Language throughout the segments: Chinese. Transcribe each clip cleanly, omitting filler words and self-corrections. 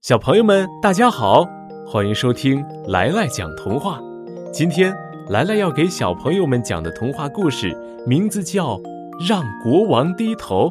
小朋友们大家好，欢迎收听来来讲童话。今天来来要给小朋友们讲的童话故事名字叫让国王低头。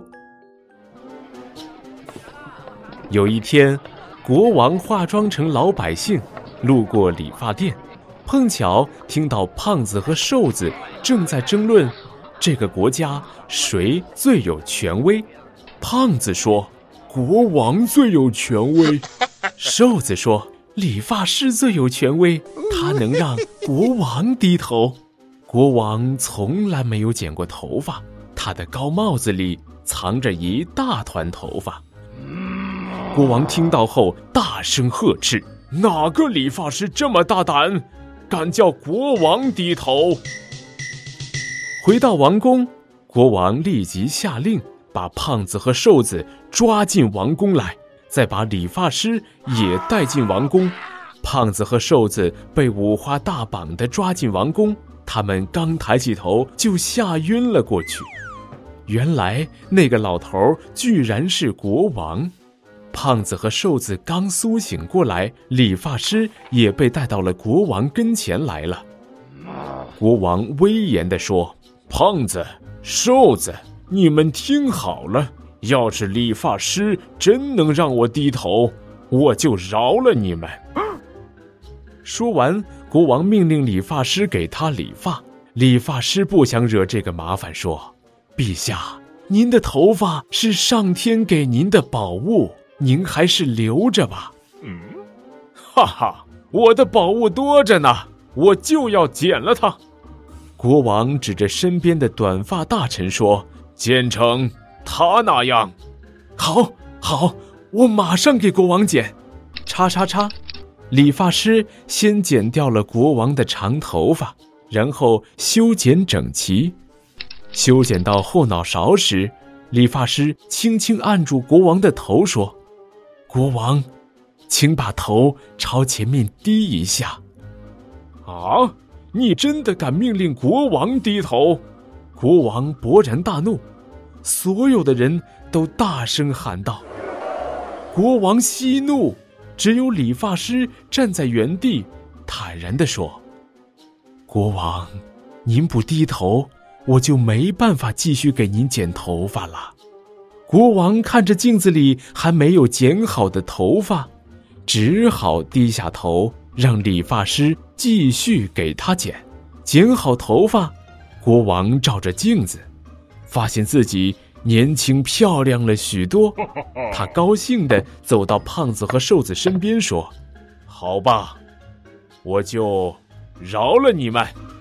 有一天，国王化妆成老百姓路过理发店，碰巧听到胖子和瘦子正在争论这个国家谁最有权威。胖子说国王最有权威，瘦子说理发师最有权威，他能让国王低头。国王从来没有剪过头发，他的高帽子里藏着一大团头发。国王听到后大声呵斥，哪个理发师这么大胆，敢叫国王低头？回到王宫，国王立即下令把胖子和瘦子抓进王宫来，再把理发师也带进王宫。胖子和瘦子被五花大绑地抓进王宫，他们刚抬起头就吓晕了过去。原来那个老头居然是国王。胖子和瘦子刚苏醒过来，理发师也被带到了国王跟前来了。国王威严地说，胖子、瘦子，你们听好了，要是理发师真能让我低头，我就饶了你们。说完，国王命令理发师给他理发。理发师不想惹这个麻烦，说，陛下，您的头发是上天给您的宝物，您还是留着吧。哈哈，我的宝物多着呢，我就要剪了它。国王指着身边的短发大臣说，剪成他那样。好，我马上给国王剪。叉叉叉，理发师先剪掉了国王的长头发，然后修剪整齐。修剪到后脑勺时，理发师轻轻按住国王的头说，国王，请把头朝前面低一下。啊，你真的敢命令国王低头？国王勃然大怒，所有的人都大声喊道。国王息怒，只有理发师站在原地，坦然地说，国王，您不低头，我就没办法继续给您剪头发了。国王看着镜子里还没有剪好的头发，只好低下头，让理发师继续给他剪。剪好头发，国王照着镜子，发现自己年轻漂亮了许多。他高兴地走到胖子和瘦子身边说，好吧，我就饶了你们。